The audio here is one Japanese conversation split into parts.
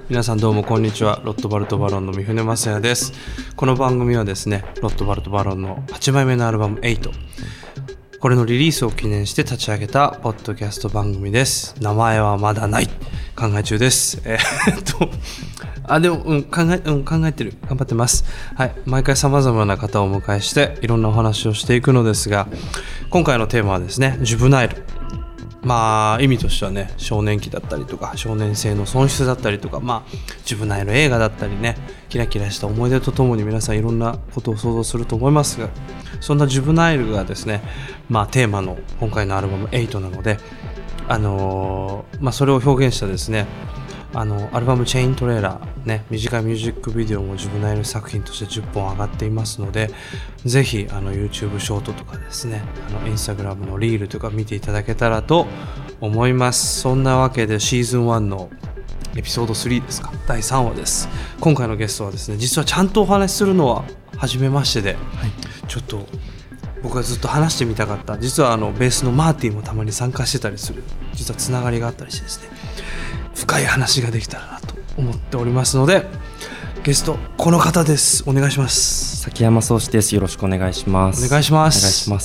皆さんどうもこんにちは。ロットバルトバロンの三船正也です。この番組はですね、ロットバルトバロンの8枚目のアルバム8、これのリリースを記念して立ち上げたポッドキャスト番組です。名前はまだない、考え中です。でも、考えてる、頑張ってます。はい、毎回様々な方をお迎えしていろんなお話をしていくのですが、今回のテーマはですね、ジュブナイル。意味としてはね、少年期だったりとか少年性の損失だったりとか、ジュブナイル映画だったりね、キラキラした思い出とともに皆さんいろんなことを想像すると思いますが、そんなジュブナイルがですね、テーマの今回のアルバム8なので、それを表現したですね、アルバムチェイントレーラーね、短いミュージックビデオもジュブナイル作品として10本上がっていますので、ぜひYouTube ショートとかですね、Instagram のリールとか見ていただけたらと思います。そんなわけでシーズン1のエピソード3ですか、第3話です。今回のゲストはですね、実はちゃんとお話しするのは初めましてで、ちょっと僕がずっと話してみたかった、実はベースのマーティンもたまに参加してたりする、実はつながりがあったりしてですね、深い話ができたらなと思っておりますので、ゲストこの方です。お願いします。 崎山壮志です。よろしくお願いします。 お願いします。 お願いします。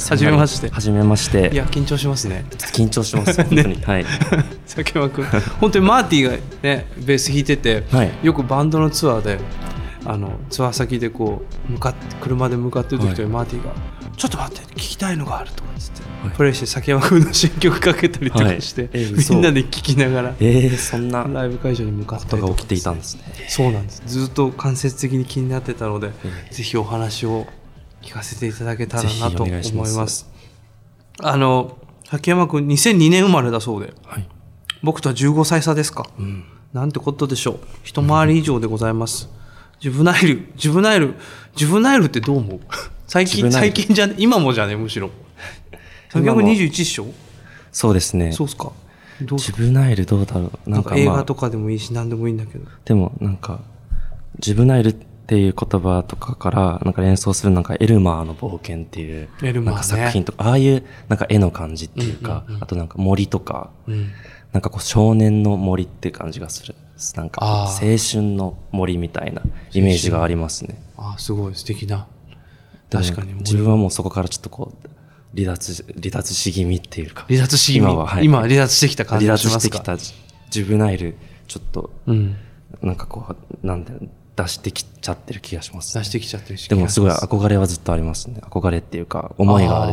はじめまして。 はじめまして。 いや緊張しますね。 緊張します本当に、はい。 崎山君、本当にマーティがねベース弾いてて、よくバンドのツアーでツアー先でこう車で向かってる時とマーティが、ちょっと待って聞きたいのがあるとかっつって、プレイして崎山君の新曲かけたりとかして、みんなで聴きながら、 そんなライブ会場に向かったりとか起きていたんですね。 そうなんです。ずっと間接的に気になってたので、ぜひお話を聞かせていただけたらなと思います。崎山君2002年生まれだそうで、僕とは15歳差ですか、なんてことでしょう。一回り以上でございます。ジュブナイルってどう思う？最近じゃね、今もじゃね、むしろ。崎山君21っしょ？そうですね。 そうっすか。 ジュブナイルどうだろう。 なんか映画とかでもいいし、何でもいいんだけど。 でもなんかジュブナイルっていう言葉とかからなんか連想する、なんかエルマーの冒険っていうなんか作品とか、ああいうなんか絵の感じっていうか、あとなんか森とか、なんかこう少年の森って感じがする。なんか青春の森みたいなイメージがありますね。 すごい素敵な。確かに自分はもうそこからちょっとこう離脱し気味っていうか、 離脱し気味、今離脱してきた感じがしますか？ 離脱してきたジュブナイルちょっと、なんかこうなんで出してきちゃってる気がします、ね。 出してきちゃってるし。 でもすごい憧れはずっとありますね。憧れっていうか思いがあるって。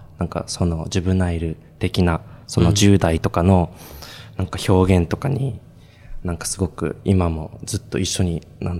なんかそのジュブナイル的なその10代とかのなんか表現とかに、なんかすごく今もずっと一緒に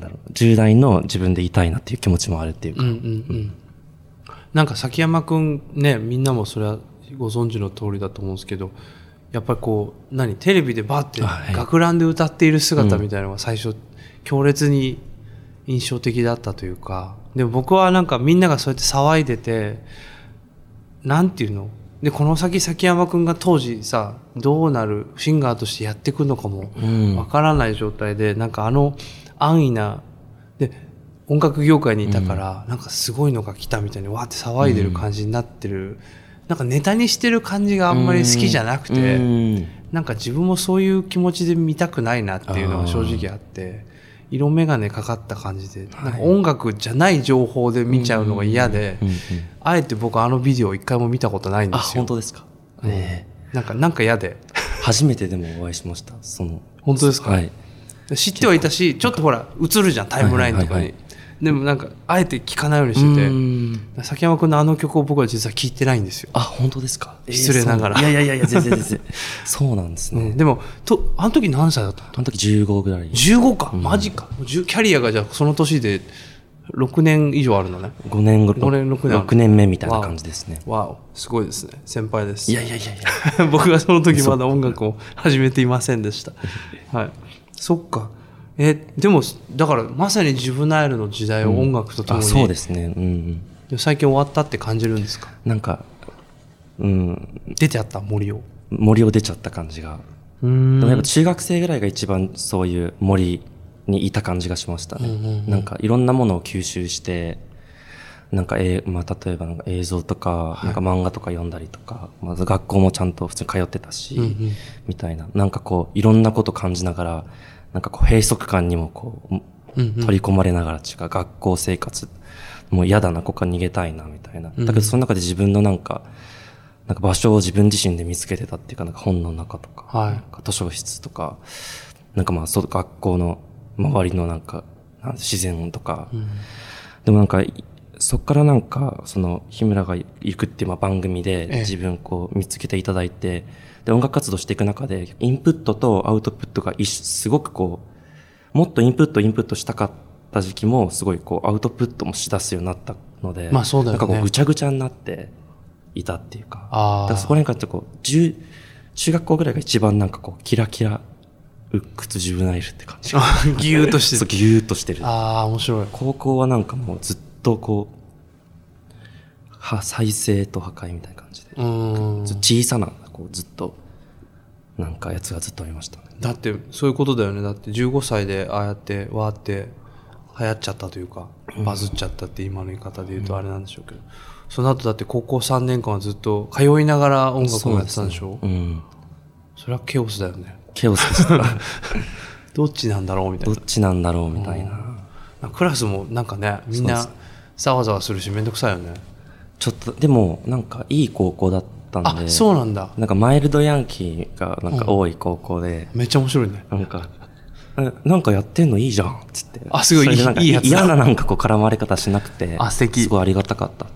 10代の自分でいたいなっていう気持ちもあるっていうか。 なんか崎山くんね、みんなもそれはご存知の通りだと思うんですけど、やっぱりこうテレビでバーって学ランで歌っている姿みたいなのが最初強烈に印象的だったというか、でも僕はなんかみんながそうやって騒いでて、なんていうので、この先崎山くんが当時さどうなるシンガーとしてやっていくのかもわからない状態で、なんか安易なで音楽業界にいたから、なんかすごいのが来たみたいにわーって騒いでる感じになってる、なんかネタにしてる感じがあんまり好きじゃなくて、なんか自分もそういう気持ちで見たくないなっていうのが正直あって、色眼鏡かかった感じで、なんか音楽じゃない情報で見ちゃうのが嫌で、あえて僕ビデオ一回も見たことないんですよ。 本当ですか？ なんか嫌で。 初めてでもお会いしました。 本当ですか？知ってはいたし、ちょっとほら映るじゃんタイムラインとかに。でもなんかあえて聞かないようにしてて、崎山君の曲を僕は実は聞いてないんですよ。 本当ですか？ 失礼ながら。 いや全然そうなんですね。 でもあの時何歳だったの？ あの時15ぐらい。 15か、マジか。キャリアがじゃあその年で6年以上あるのね。 6年目みたいな感じですね。 わお、すごいですね。先輩です。 いや僕がその時まだ音楽を始めていませんでした。そっか。でもだからまさにジュブナイルの時代を音楽とともに、 そうですね。 最近終わったって感じるんですか？ なんか出てあった森を出ちゃった感じが。でもやっぱ中学生ぐらいが一番そういう森にいた感じがしましたね。なんかいろんなものを吸収して、 なんかまあ、例えばなんか映像とか、なんか漫画とか読んだりとか、まず学校もちゃんと普通に通ってたし、みたいな、なんかこう、いろんなこと感じながら、なんかこう、閉塞感にもこう、取り込まれながらっていうか、学校生活、もう嫌だな、ここから逃げたいな、みたいな。だけどその中で自分のなんか場所を自分自身で見つけてたっていうか、なんか本の中とか、なんか図書室とか、なんかまあ、学校の周りのなんか、自然とか、でもなんか、そっからなんか、日村が行くっていう番組で自分こう見つけていただいて、で、音楽活動していく中で、インプットとアウトプットがすごくこう、もっとインプットしたかった時期も、すごいこう、アウトプットもしだすようになったので、 まあそうだよね。 なんかこう、ぐちゃぐちゃになっていたっていうか、だからそこら辺からこう、中学校ぐらいが一番なんかこう、キラキラ、鬱屈ジュブナイルって感じ。 ギューッとしてる。 そう、ギューッとしてる。 面白い。 高校はなんかもうずっとこう、再生と破壊みたいな感じで。小さな、こうずっと、なんかやつがずっとありましたね。 だって、そういうことだよね。だって15歳でああやってわーって流行っちゃったというか、バズっちゃったって今の言い方で言うとあれなんでしょうけど、その後だって高校3年間はずっと通いながら音楽をやってたんでしょ？それはケオスだよね。 ケオスでした。 どっちなんだろうみたいな。 どっちなんだろうみたいな。 クラスもなんかね、みんなざわざわするしめんどくさいよね。 ちょっと、でもなんかいい高校だったんで。 そうなんだ。 なんかマイルドヤンキーがなんか多い高校で。 めっちゃ面白いね。 なんかやってんのいいじゃんっつって。 すごいいいやつだ。 嫌ななんかこう絡まれ方しなくて。 素敵。 すごいありがたかったって。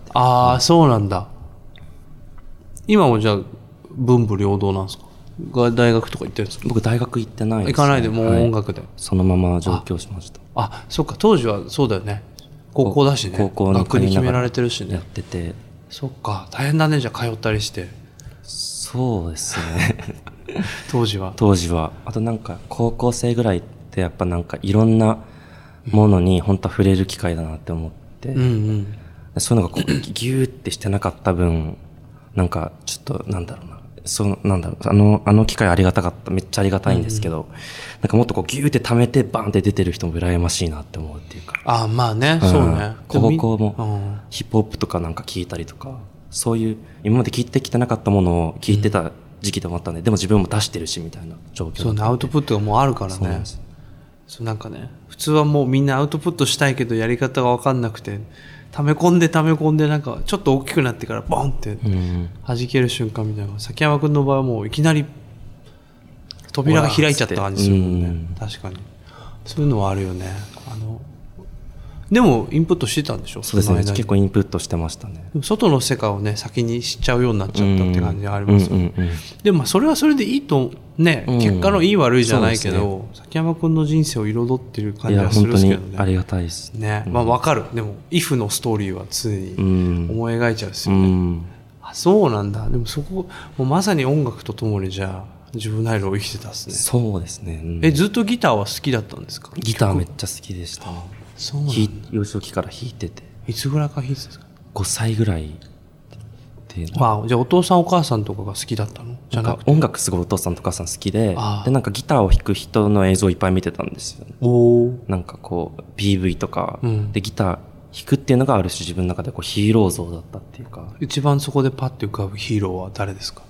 そうなんだ。今もじゃあ文武両道なんですか？大学とか行ってるんですか？ 僕大学行ってないですね。 行かないでもう音楽で。 そのまま上京しました。 そっか、当時はそうだよね。高校だしね。 高校の学に決められてるしね。 やってて。 そっか、大変だね、じゃあ通ったりして。 そうですね。 当時は。 あとなんか高校生ぐらいってやっぱなんかいろんなものに本当は触れる機会だなって思って、そういうのがこうギューってしてなかった分、なんかちょっとなんだろうな。あの機会ありがたかった。めっちゃありがたいんですけど、なんかもっとこうギューって溜めてバーンって出てる人も羨ましいなって思うっていうか。 まあね、そうね。 高校もヒップホップとかなんか聞いたりとか、そういう今まで聞いてきてなかったものを聞いてた時期でもあったんで、でも自分も出してるしみたいな状況。 そうね、アウトプットがもうあるからね。そうなんかね、普通はもうみんなアウトプットしたいけどやり方が分かんなくて、溜め込んでなんかちょっと大きくなってからボンって弾ける瞬間みたいな。崎山君の場合はもういきなり扉が開いちゃった感じするもんね。確かにそういうのはあるよね。でもインプットしてたんでしょ？ そうですね、結構インプットしてましたね。 外の世界をね先に知っちゃうようになっちゃったって感じがありますよね。でもそれはそれでいいとね、結果のいい悪いじゃないけど、崎山君の人生を彩ってる感じはするんですけどね。 本当にありがたいですね。分かる。でも「イフ」のストーリーは常に思い描いちゃうんですよね。そうなんだ。でもそこもうまさに音楽とともにじゃあジュブナイルを生きてたんですね。 そうですね。 ずっとギターは好きだったんですか？ ギターめっちゃ好きでしたね。 そうなんだ。 幼少期から弾いてて。 いつぐらいから弾いてたんですか ？5歳ぐらいで。 じゃあお父さんお母さんとかが好きだったの？じゃなくて。 音楽すごいお父さんとお母さん好きで、でなんかギターを弾く人の映像をいっぱい見てたんですよね。なんかこう PV とか、でギター弾くっていうのがある種自分の中でこうヒーロー像だったっていうか。 一番そこでパッて浮かぶヒーローは誰ですか？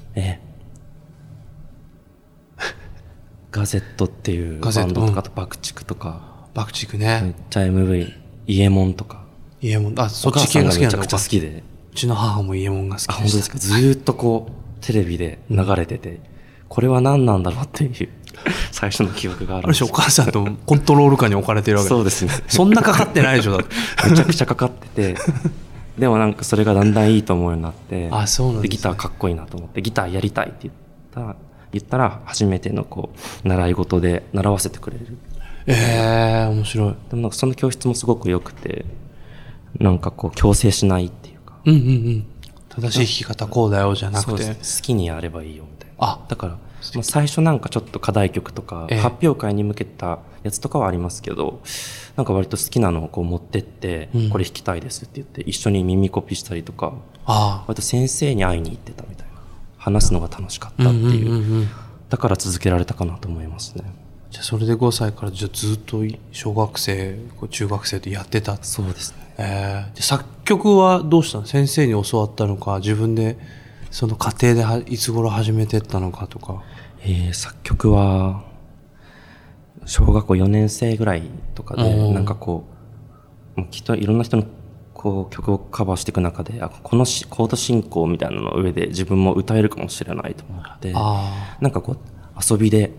ガゼットっていうバンドとか、あと爆竹とか。 爆竹ね。 めっちゃ MV、イエモンとか。 イエモン、そっち系が好きなんだ。 めちゃくちゃ好きで。 うちの母もイエモンが好きでした。 本当ですか？ずーっとこう、テレビで流れてて、これは何なんだろうっていう、最初の記憶があるんです。 お母さんとコントロール下に置かれてるわけそうですね。 そんなかかってないでしょ、だって。 めちゃくちゃかかってて、でもなんかそれがだんだんいいと思うようになって、 そうなんですね。 ギターかっこいいなと思って、ギターやりたいって言ったら、初めてのこう、習い事で習わせてくれる。 面白い。 でもなんかその教室もすごく良くて、なんかこう強制しないっていうか。 正しい弾き方こうだよじゃなくて。 好きにやればいいよみたいな。だから、最初なんかちょっと課題曲とか、発表会に向けたやつとかはありますけど、なんか割と好きなのをこう持ってって、これ弾きたいですって言って、一緒に耳コピしたりとか、割と先生に会いに行ってたみたいな。話すのが楽しかったっていう。だから続けられたかなと思いますね。 じゃあそれで5歳からじゃあずっと小学生中学生とやってた。 そうですね。 で作曲はどうしたの？先生に教わったのか、自分でその家庭でいつ頃始めてったのかとか。 作曲は小学校4年生ぐらいとかで、なんかこうきっといろんな人のこう曲をカバーしていく中で、このコード進行みたいなの上で自分も歌えるかもしれないと思って、なんかこう遊びで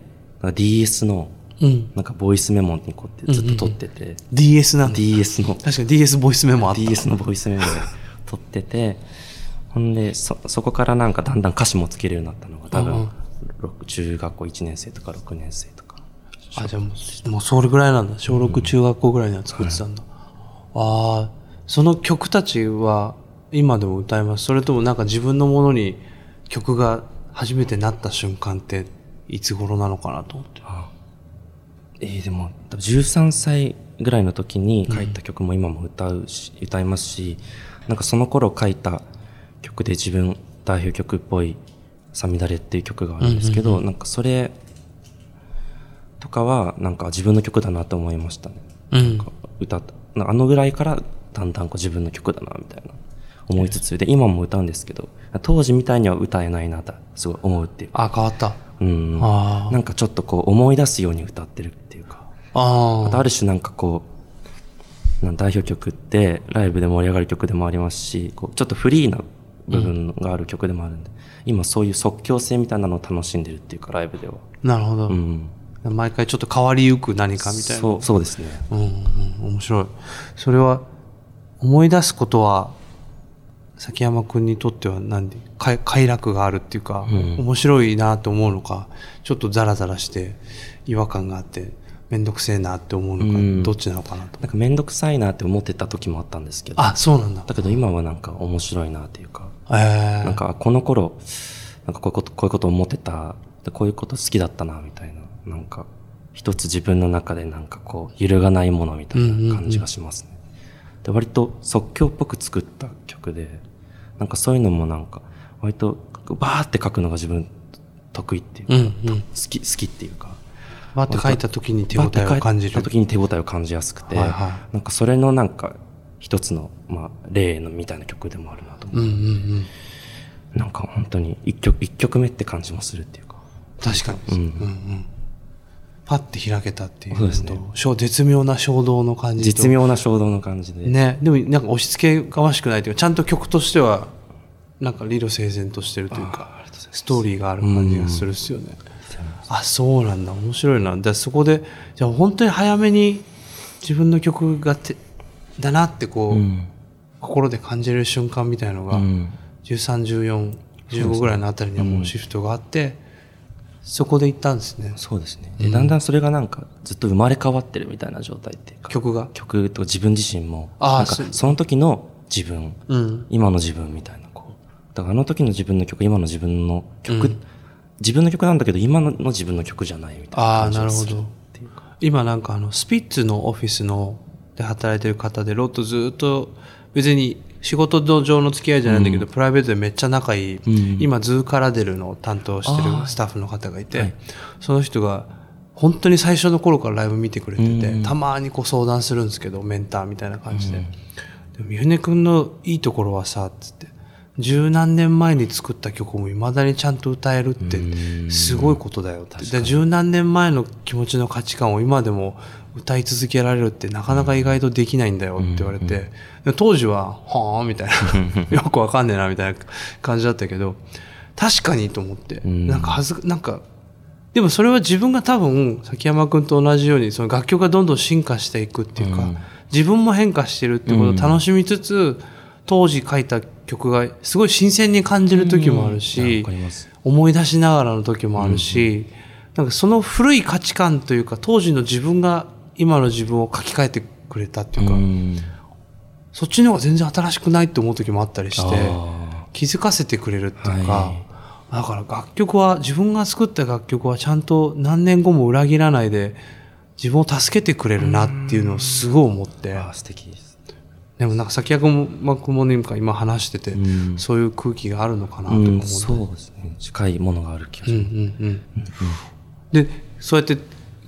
DS のなんかボイスメモにこうやってずっと撮ってて、 DS なんだ。 DS の確かに DS ボイスメモあった。 DS のボイスメモで撮っててほんでそこからなんかだんだん歌詞もつけるようになったのが多分中学校1年生とか6年生とか。 じゃあもうそれぐらいなんだ。小6中学校ぐらいには作ってたんだ。その曲たちは今でも歌えます？それともなんか自分のものに曲が初めてなった瞬間っていつ頃なのかなと思って。 でも13歳ぐらいの時に書いた曲も今も歌いますし、なんかその頃書いた曲で自分代表曲っぽいさみだれっていう曲があるんですけど、なんかそれとかはなんか自分の曲だなと思いましたね。なんかあのぐらいからだんだんこう自分の曲だなみたいな思いつつで、今も歌うんですけど、当時みたいには歌えないなとすごい思うっていうか。 変わった。 なんかちょっとこう思い出すように歌ってるっていうか。あとある種なんかこう代表曲ってライブで盛り上がる曲でもありますし、こうちょっとフリーな部分がある曲でもあるんで、今そういう即興性みたいなのを楽しんでるっていうか、ライブでは。 なるほど。毎回ちょっと変わりゆく何かみたいな。 そうですね。 面白い。それは思い出すことは崎山くんにとっては何で快楽があるっていうか、面白いなと思うのか、ちょっとザラザラして違和感があってめんどくせえなって思うのか、どっちなのかなと。 なんかめんどくさいなって思ってた時もあったんですけど。 そうなんだ。 だけど今はなんか面白いなっていうか、なんかこの頃なんかこういうこと思ってた、こういうこと好きだったなみたいな、なんか一つ自分の中でなんかこう揺るがないものみたいな感じがしますね。で割と即興っぽく作った曲で、なんかそういうのもなんか割とバーって書くのが自分得意っていうか、好きっていうか、 バーって書いた時に手応えを感じる。 書いた時に手応えを感じやすくて、なんかそれのなんか一つの例のみたいな曲でもあるなと思って、なんか本当に一曲目って感じもするっていうか。 確かに。パッて開けたっていうのと、そうですね、絶妙な衝動の感じと。 絶妙な衝動の感じで。 ね、でもなんか押し付けがましくないというか、ちゃんと曲としてはなんか理路整然としてるというか、ストーリーがある感じがするっすよね。そうなんだ。面白いな。でそこでじゃあ本当に早めに自分の曲がだなってこう、心で感じれる瞬間みたいのが、13、14、15ぐらいのあたりにはもうシフトがあって、そこで行ったんですね。 そうですね。でだんだんそれがなんかずっと生まれ変わってるみたいな状態っていうか、曲と自分自身もなんかその時の自分、今の自分みたいな、こうだからあの時の自分の曲、今の自分の曲、自分の曲なんだけど今の自分の曲じゃないみたいな感じがするっていうか。 今なんかスピッツのオフィスで働いてる方で、ロットずっと別に仕事上の付き合いじゃないんだけど、プライベートでめっちゃ仲いい、今ズーカラデルの担当してるスタッフの方がいて、その人が本当に最初の頃からライブ見てくれてて、たまにこう相談するんですけど、メンターみたいな感じで、でも三船君のいいところはさつって、十何年前に作った曲も未だにちゃんと歌えるってすごいことだよって。で十何年前の気持ちの価値観を今でも歌い続けられるってなかなか意外とできないんだよって言われて、当時ははぁみたいなよくわかんねえなみたいな感じだったけど、確かにと思って、なんかでもそれは自分が多分崎山君と同じようにその楽曲がどんどん進化していくっていうか、自分も変化してるってことを楽しみつつ、当時書いた曲がすごい新鮮に感じる時もあるし、思い出しながらの時もあるし、なんかその古い価値観というか、当時の自分が今の自分を書き換えてくれたっていうか、そっちの方が全然新しくないって思う時もあったりして、気づかせてくれるっていうか、だから楽曲は、自分が作った楽曲はちゃんと何年後も裏切らないで自分を助けてくれるなっていうのをすごい思って。 素敵です。 でもなんか崎山君も今話してて、そういう空気があるのかなと思って、 そうですね。近いものがある気がします。 でそうやって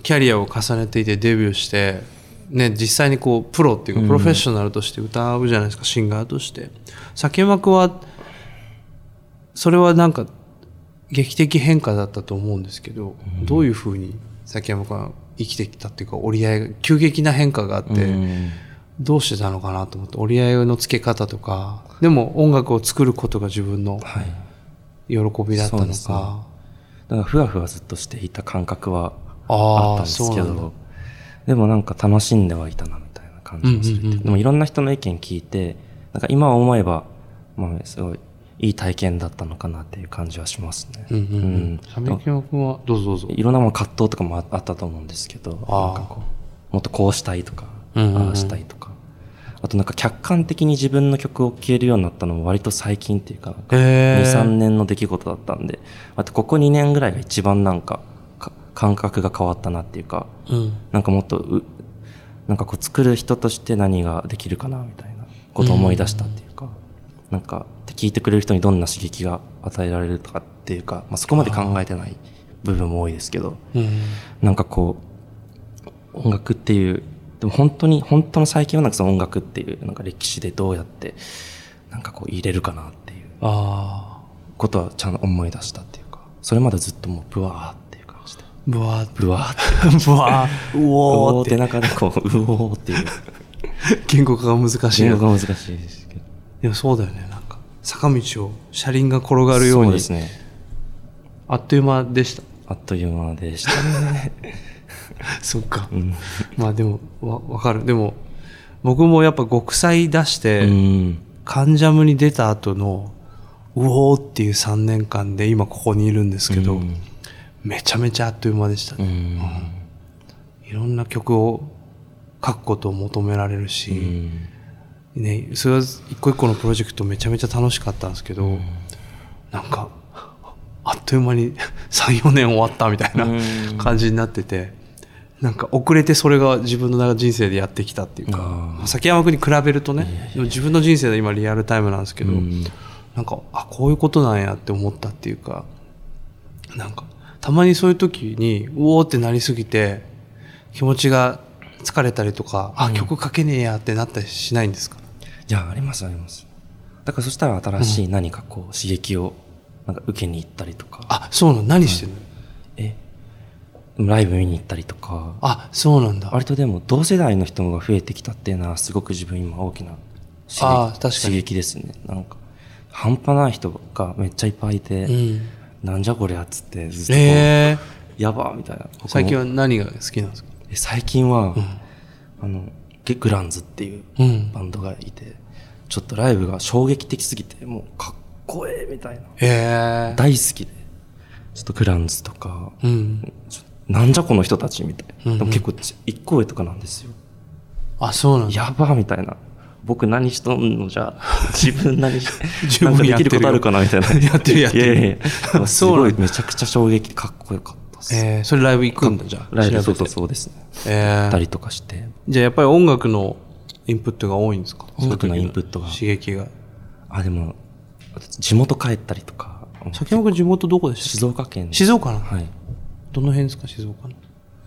キャリアを重ねていてデビューしてね、実際にこうプロっていうかプロフェッショナルとして歌うじゃないですか、シンガーとして。崎山君はそれはなんか劇的変化だったと思うんですけど、どういうふうに崎山君は生きてきたっていうか、折り合い急激な変化があって、どうしてたのかなと思って、折り合いのつけ方とか、でも音楽を作ることが自分の喜びだったのか、 だからふわふわずっとしていた感覚はあったんですけど、でもなんか楽しんではいたなみたいな感じがする。でもいろんな人の意見聞いて、なんか今思えば、まあすごいいい体験だったのかなっていう感じはしますね。 崎山君はどうぞどうぞ。 いろんなもの葛藤とかもあったと思うんですけど、なんかこうもっとこうしたいとか、ああしたいとか。あとなんか客観的に自分の曲を聴けるようになったのも割と最近っていうか、2、3年の出来事だったんで、あとここ2年ぐらいが一番なんか感覚が変わったなっていうか、なんかもっとなんかこう作る人として何ができるかなみたいなことを思い出したっていうか、なんか聴いてくれる人にどんな刺激が与えられるとかっていうか、まあ、そこまで考えてない部分も多いですけど、なんかこう音楽っていう、でも本当の最近はなんかその音楽っていうなんか歴史でどうやってなんかこう入れるかなっていうことはちゃんと思い出したっていうか、それまでずっともうブワーっていう感じでブワーってブワーってブワーうおーって中でこううおーっていう言語化が難しい。 言語化が難しいですけど、 でもそうだよね。なんか坂道を車輪が転がるように、そうですね、あっという間でした。 あっという間でしたねそっか、まあでもわかる。でも僕もやっぱ極彩出してカンジャムに出た後のうおーっていう3年間で今ここにいるんですけど、めちゃめちゃあっという間でしたね。いろんな曲を書くことを求められるし、ね、それは一個一個のプロジェクトめちゃめちゃ楽しかったんですけど、なんかあっという間に3、4年終わったみたいな感じになってて、なんか遅れてそれが自分の人生でやってきたっていうか、崎山君に比べるとね、でも自分の人生で今リアルタイムなんですけど、なんかこういうことなんやって思ったっていうか、なんかたまにそういう時にうおーってなりすぎて気持ちが疲れたりとか、曲書けねえやってなったりしないんですか？ いや、ありますあります。だからそしたら新しい何かこう刺激をなんか受けに行ったりとか。 そうなの？何してんの？ライブ見に行ったりとか。 そうなんだ。 割とでも同世代の人が増えてきたっていうのはすごく自分今大きな刺激ですね。なんか半端ない人がめっちゃいっぱいいて、なんじゃこりゃっつってずっとこう、やばみたいな。 最近は何が好きなんですか？ 最近は、グランズっていうバンドがいて、ちょっとライブが衝撃的すぎてもうかっこええみたいな、大好きで、ちょっとグランズとか、なんじゃこの人たちみたいな、でも結構一個上とかなんですよ。 そうなんだ。 やばみたいな。僕何しとんのじゃ自分何しなんかできることあるかなみたいな。 やってるやってる。 いやすごいめちゃくちゃ衝撃かっこよかったです。 それライブ行くんだじゃあ。 ライブそうですね。たりとかして。 じゃあやっぱり音楽のインプットが多いんですか？ 音楽のインプットが。 刺激が。 でも地元帰ったりとか。 崎山君地元どこでした？ 静岡県。 静岡なの？ はい。 どの辺ですか静岡の？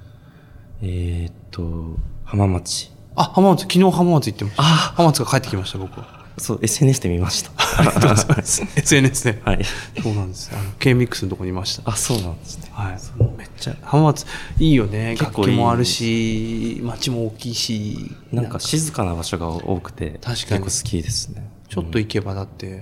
浜松。 浜松、昨日浜松行ってました。浜松が帰ってきました、僕は。 そう、SNS で見ました。 SNS で。 はい。 そうなんです。K-MIX のとこにいました。 そうなんですね。 はい。めっちゃ、浜松、いいよね。楽器もあるし、街も大きいし。 なんか静かな場所が多くて、結構好きですね。 ちょっと行けばだって、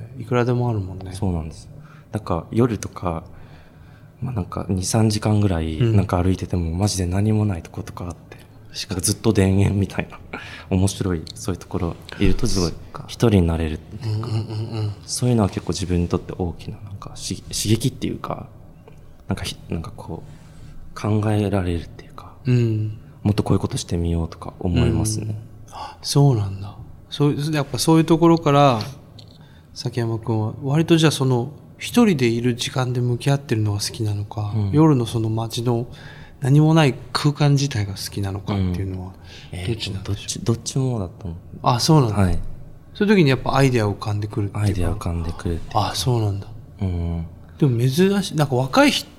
いくらでもあるもんね。 そうなんです。なんか夜とか、なんか2、3時間ぐらい、なんか歩いててもマジで何もないとことかあって、なんかずっと田園みたいな面白いそういうところいるとすごい一人になれるっていうか、そういうのは結構自分にとって大きななんか刺激っていうか、なんかこう考えられるっていうか、もっとこういうことしてみようとか思いますね。 そうなんだ。やっぱそういうところから崎山君は割とじゃあその一人でいる時間で向き合ってるのが好きなのか、夜のその街の何もない空間自体が好きなのかっていうのはどっちなんでしょう？ どっちもだと思う。 そうなんだ。 はい。 そういう時にやっぱアイデア浮かんでくるっていうか。 アイデア浮かんでくるっていうか。 そうなんだ。でも珍しい。なんか若い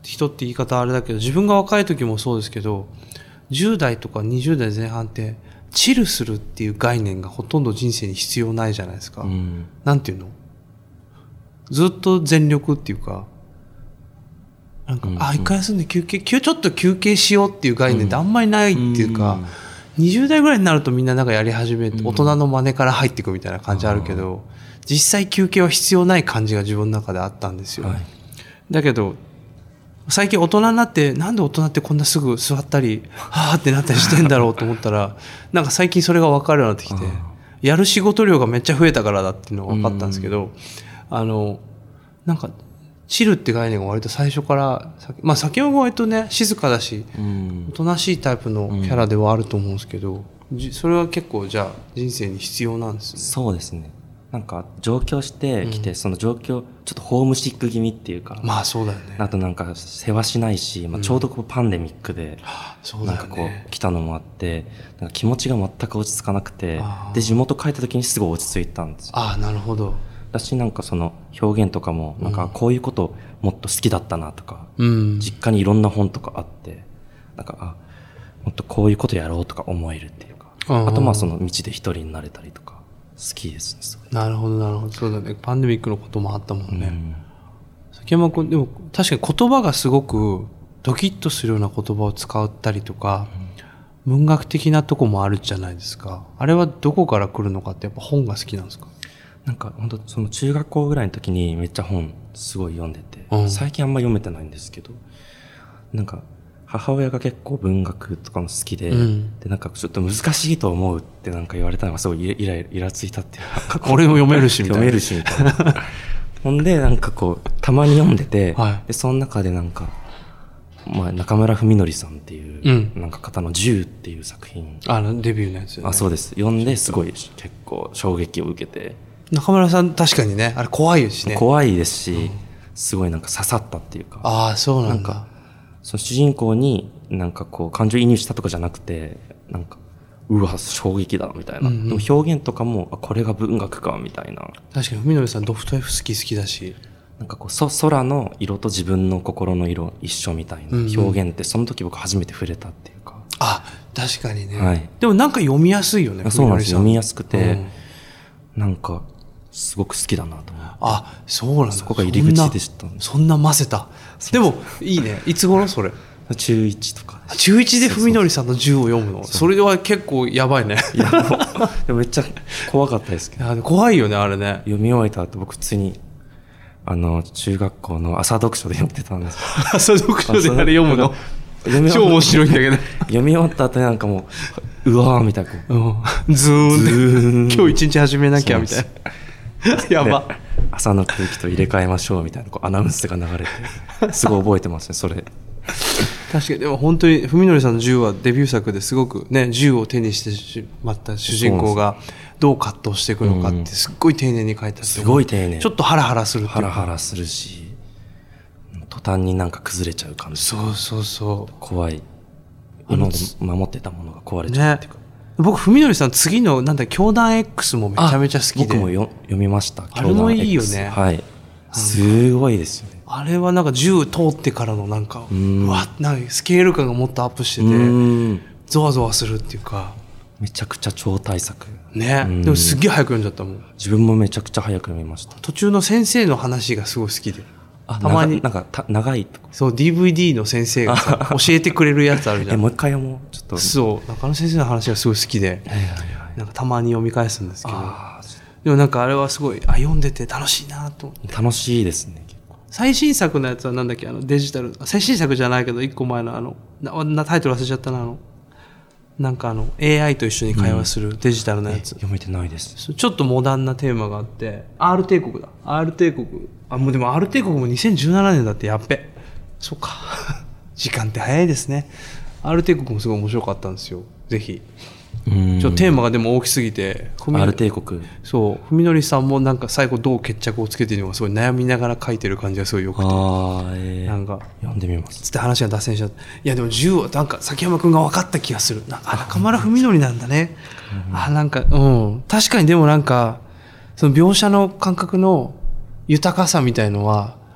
人って言い方あれだけど、自分が若い時もそうですけど、10代とか20代前半ってチルするっていう概念がほとんど人生に必要ないじゃないですか。なんていうの、ずっと全力っていうか、なんか、一回休んで休憩、ちょっと休憩しようっていう概念ってあんまりないっていうか、20代ぐらいになるとみんななんかやり始めて、大人の真似から入っていくみたいな感じあるけど、実際休憩は必要ない感じが自分の中であったんですよ。だけど、最近大人になって、なんで大人ってこんなすぐ座ったり、はーってなったりしてんだろうと思ったら、なんか最近それが分かるようになってきて、やる仕事量がめっちゃ増えたからだっていうのが分かったんですけど、なんか、チルって概念が割と最初から、先ほど割とね、静かだし、おとなしいタイプのキャラではあると思うんですけど、それは結構じゃあ人生に必要なんですね。 そうですね。なんか上京してきて、その状況ちょっとホームシック気味っていうか、 まあそうだよね。 あとなんか世話しないし、ちょうどこうパンデミックで、なんかこう来たのもあって、なんか気持ちが全く落ち着かなくて、で地元帰った時にすごい落ち着いたんですよ。 なるほど。 だしなんかその表現とかもなんかこういうこともっと好きだったなとか、実家にいろんな本とかあって、なんかもっとこういうことやろうとか思えるっていうか、あとまあその道で一人になれたりとか。好きですね。 なるほどなるほど。そうだね。パンデミックのこともあったもんね。崎山君でも確かに言葉がすごくドキッとするような言葉を使ったりとか、文学的なとこもあるじゃないですか。あれはどこから来るのかってやっぱ本が好きなんですか？ なんか本当その中学校ぐらいの時にめっちゃ本すごい読んでて、最近あんま読めてないんですけど、なんか母親が結構文学とかも好きで、でなんかちょっと難しいと思うってなんか言われたのがすごいイラついたっていうか、 俺も読めるしみたいな。 読めるしみたいな。ほんでなんかこうたまに読んでて、でその中でなんか、中村文則さんっていうなんか方の10っていう作品、 デビューのやつよね。 そうです。読んですごい結構衝撃を受けて。 中村さん確かにね、あれ怖いしね。 怖いですし、すごいなんか刺さったっていうか。 そうなんだ。 その主人公になんかこう感情移入したとかじゃなくて、なんかうわ衝撃だみたいな、でも表現とかもこれが文学かみたいな。 確かに文則さんドフトエフスキー好きだし、 なんかこう空の色と自分の心の色一緒みたいな表現って、その時僕初めて触れたっていうか。 確かにね、でもなんか読みやすいよね。 そうなんです。読みやすくて、なんかすごく好きだなと思って。 そうなんだ。 そこが入り口でした。 そんな混ぜた。でもいいね。いつ頃それ？ 中1とか。 中1で文則さんの10を読むの？それは結構やばいね。 いやでもめっちゃ怖かったですけど。 怖いよねあれね。 読み終えた後僕普通に中学校の朝読書で読んでたんです。 朝読書であれ読むの？超面白いんだけど。 読み終わった後なんかもうわーみたいな、 ズーンで今日一日始めなきゃみたいな。やば。 朝の空気と入れ替えましょうみたいなアナウンスが流れて、すごい覚えてますねそれ。 確かに。でも本当に文則さんの10はデビュー作ですごくね、銃を手にしてしまった主人公がどう葛藤していくのかってすっごい丁寧に書いてあって、 すごい丁寧。 ちょっとハラハラするっていうか、 ハラハラするし、途端になんか崩れちゃう感じ。 そう怖い。今まで守ってたものが壊れちゃうっていうか、 僕文則さん次の教団 X もめちゃめちゃ好きで、 僕も読みました。 あれもいいよね。 はい、すごいですよね。 あれはなんか銃通ってからのなんかなんかスケール感がもっとアップしてて、ゾワゾワするっていうか、 めちゃくちゃ超大作ね。でもすっげえ早く読んじゃったもん。 自分もめちゃくちゃ早く読みました。 途中の先生の話がすごい好きで、たまになんか長いとか、 そう DVD の先生がさ教えてくれるやつあるじゃん。 もう一回読もう。ちょっとそう中野先生の話がすごい好きで、なんかたまに読み返すんですけど、でもなんかあれはすごい読んでて楽しいなと思って。 楽しいですね。 最新作のやつはなんだっけ、デジタル、最新作じゃないけど一個前のタイトル忘れちゃったな、なんかAI と一緒に会話するデジタルのやつ、 読めてないです。 ちょっとモダンなテーマがあって、 R 帝国だ。 R 帝国、もうでも R 帝国も2017年だって。やっべ、そっか時間って早いですね。 R 帝国もすごい面白かったんですよ。ぜひ。ちょっとテーマがでも大きすぎて、 R 帝国、 そう文則さんもなんか最後どう決着をつけているのかすごい悩みながら書いてる感じがすごいよくて、なんか読んでみますつって話が脱線しちゃった。いやでも10はなんか崎山君が分かった気がする。なんか中村文則なんだね。なんか確かに。でもなんかその描写の感覚の豊かさみたいのは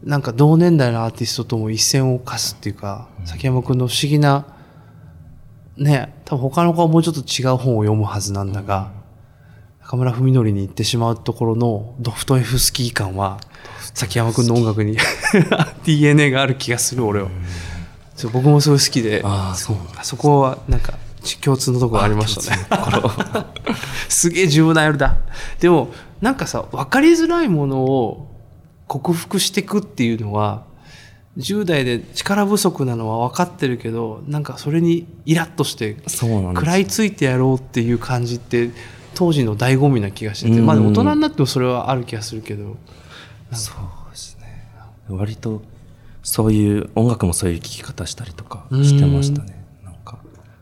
なんか同年代のアーティストとも一線を画すっていうか、崎山くんの不思議なね、多分他の子はもうちょっと違う本を読むはずなんだが、中村文則に行ってしまうところのドフトエフスキー感は崎山くんの音楽にDNA がある気がする俺は。僕もすごい好きで、あそこはなんか共通のところありましたね。すげえジュブナイルだ。でもなんかさ、分かりづらいものを克服していくっていうのは10代で力不足なのは分かってるけど、なんかそれにイラッとして食らいついてやろうっていう感じって当時の醍醐味な気がしてて、まあ大人になってもそれはある気がするけど、 そうですね。割とそういう音楽もそういう聴き方したりとかしてましたね。なんか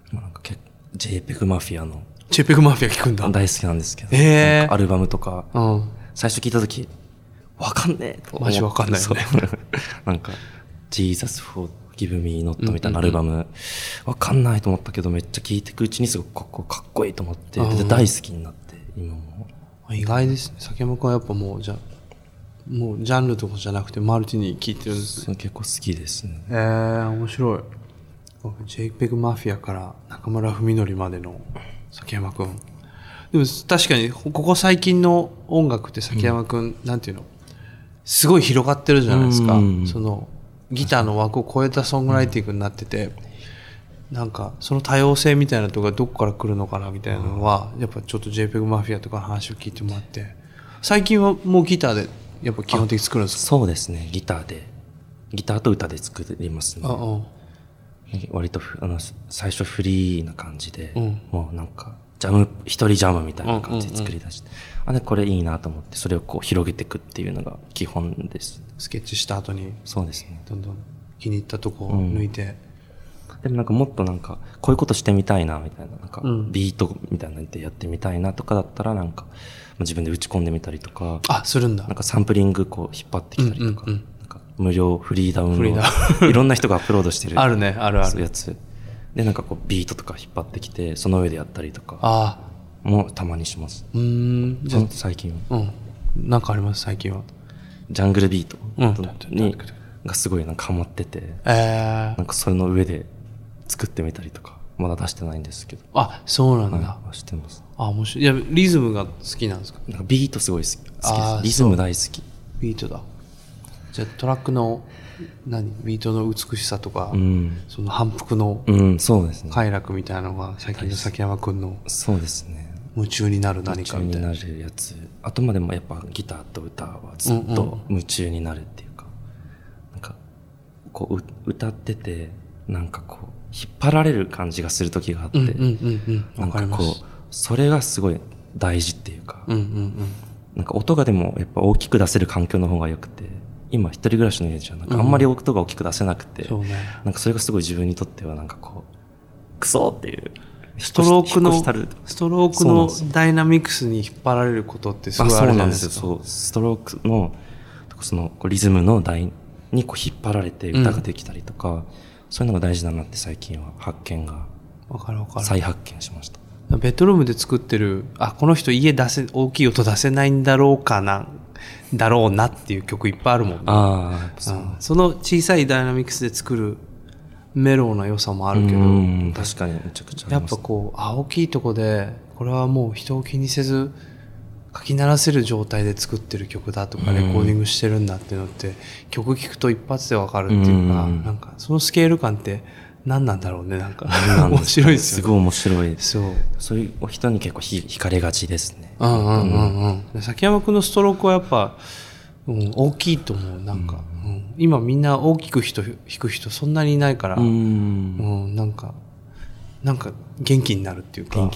JPEG マフィアの JPEG マフィア聞くんだ。 大好きなんですけど、なんかアルバムとか、最初聞いた時わかんねえと思って、 マジわかんないよね。 なんか Jesus Forgive Me Not みたいなアルバム、わかんないと思ったけどめっちゃ聴いていくうちにすごくかっこいいと思って、で大好きになって今も。 意外ですね。崎山君はやっぱもうジャンルとかじゃなくてマルチに聴いてるんですね。 結構好きですね。 面白い。JPEG マフィアから中村文則までの崎山君。でも確かにここ最近の音楽って崎山君、なんていうの、すごい広がってるじゃないですか。そのギターの枠を超えたソングライティングになってて、なんかその多様性みたいなところがどこから来るのかなみたいなのは、やっぱちょっと JPEG マフィアとかの話を聞いてもらって、最近はもうギターでやっぱ基本的に作るんですか？ そうですね。ギターと歌で作りますね。割と最初フリーな感じで、もうなんか一人ジャムみたいな感じで作り出して、これいいなと思ってそれをこう広げていくっていうのが基本です。 スケッチした後にそうですね。 どんどん気に入ったとこを抜いて、 でもなんかもっとなんかこういうことしてみたいなみたいな、なんかビートみたいなのでやってみたいなとかだったらなんか自分で打ち込んでみたりとか、 するんだ。 なんかサンプリングこう引っ張ってきたりとか、なんか無料フリーダウンのいろんな人がアップロードしてるあるね、あるやつで、なんかこうビートとか引っ張ってきてその上でやったりとかもたまにします。じゃあ最近はなんかあります？最近はジャングルビートにがすごいなんかハマってて、なんかそれの上で作ってみたりとか、まだ出してないんですけど。 そうなんだ。 してます。 面白い。いや、リズムが好きなんですか？ なんかビートすごい好きです。リズム大好き。 ビートだ。じゃあトラックのビートの美しさとか、その反復の快楽みたいなのが最近の崎山くんのそうですね。 夢中になる何かみたいな。 夢中になるやつ。あとまでもやっぱギターと歌はずっと夢中になるっていうか、なんかこう歌っててなんかこう引っ張られる感じがする時があって、なんかこうそれがすごい大事っていうか、なんか音がでもやっぱ大きく出せる環境の方が良くて、今一人暮らしの家じゃなんかあんまり音が大きく出せなくて、なんかそれがすごい自分にとってはなんかこうクソっていうストロークのダイナミクスに引っ張られることってすごいあるじゃないですか。 そうなんですよ。ストロークのそのリズムの台にこう引っ張られて歌ができたりとか、そういうのが大事だなって最近は再発見しました。 ベッドルームで作ってるこの人家大きい音出せないんだろうなっていう曲いっぱいあるもんね。その小さいダイナミクスで作るメロウな良さもあるけど、 確かにめちゃくちゃあります。 やっぱこう大きいとこでこれはもう人を気にせずかき鳴らせる状態で作ってる曲だとかレコーディングしてるんだっていうのって曲聴くと一発でわかるっていうか、なんかそのスケール感って何なんだろうね。なんか面白いですよね。 すごい面白い。そういう人に結構惹かれがちですね。 崎山君のストロークはやっぱ、大きいと思う。なんか、今みんな大きく弾く人そんなにいないから、なんか元気になるっていうか、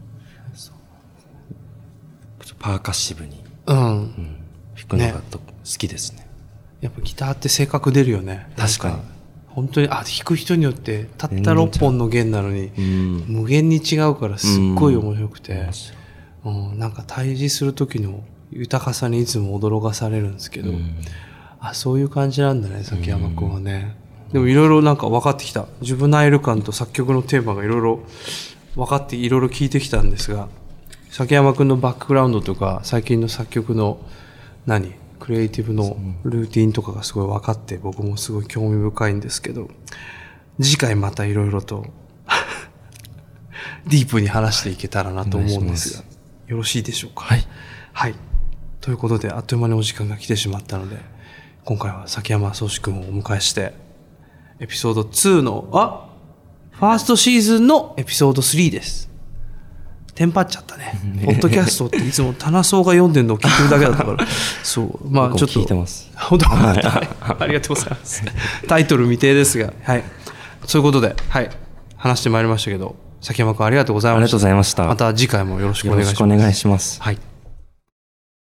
パーカッシブに弾くのが好きですね。 やっぱギターって性格出るよね。 確かに。 本当に弾く人によってたった6本の弦なのに無限に違うからすっごい面白くて、なんか対峙する時の豊かさにいつも驚かされるんですけど、そういう感じなんだね崎山君はね。でもいろいろなんか分かってきた。ジュブナイル感と作曲のテーマがいろいろ分かっていろいろ聞いてきたんですが、崎山君のバックグラウンドとか最近の作曲のクリエイティブのルーティンとかがすごい分かって僕もすごい興味深いんですけど、次回またいろいろとディープに話していけたらなと思うんですが、よろしいでしょうか。 はい、 はい、ということであっという間にお時間が来てしまったので、今回は崎山壮志くんをお迎えしてエピソード2のファーストシーズンのエピソード3です。テンパっちゃったね。ポッドキャストっていつも棚荘が読んでるのを聞いてるだけだったからそうまあちょっと聞いてます。 本当、はい、ありがとうございますタイトル未定ですが、はい、そういうことで、はい、話してまいりましたけど、崎山君ありがとうございました。 ありがとうございました。 また次回もよろしくお願いします。 よろしくお願いします。 はい。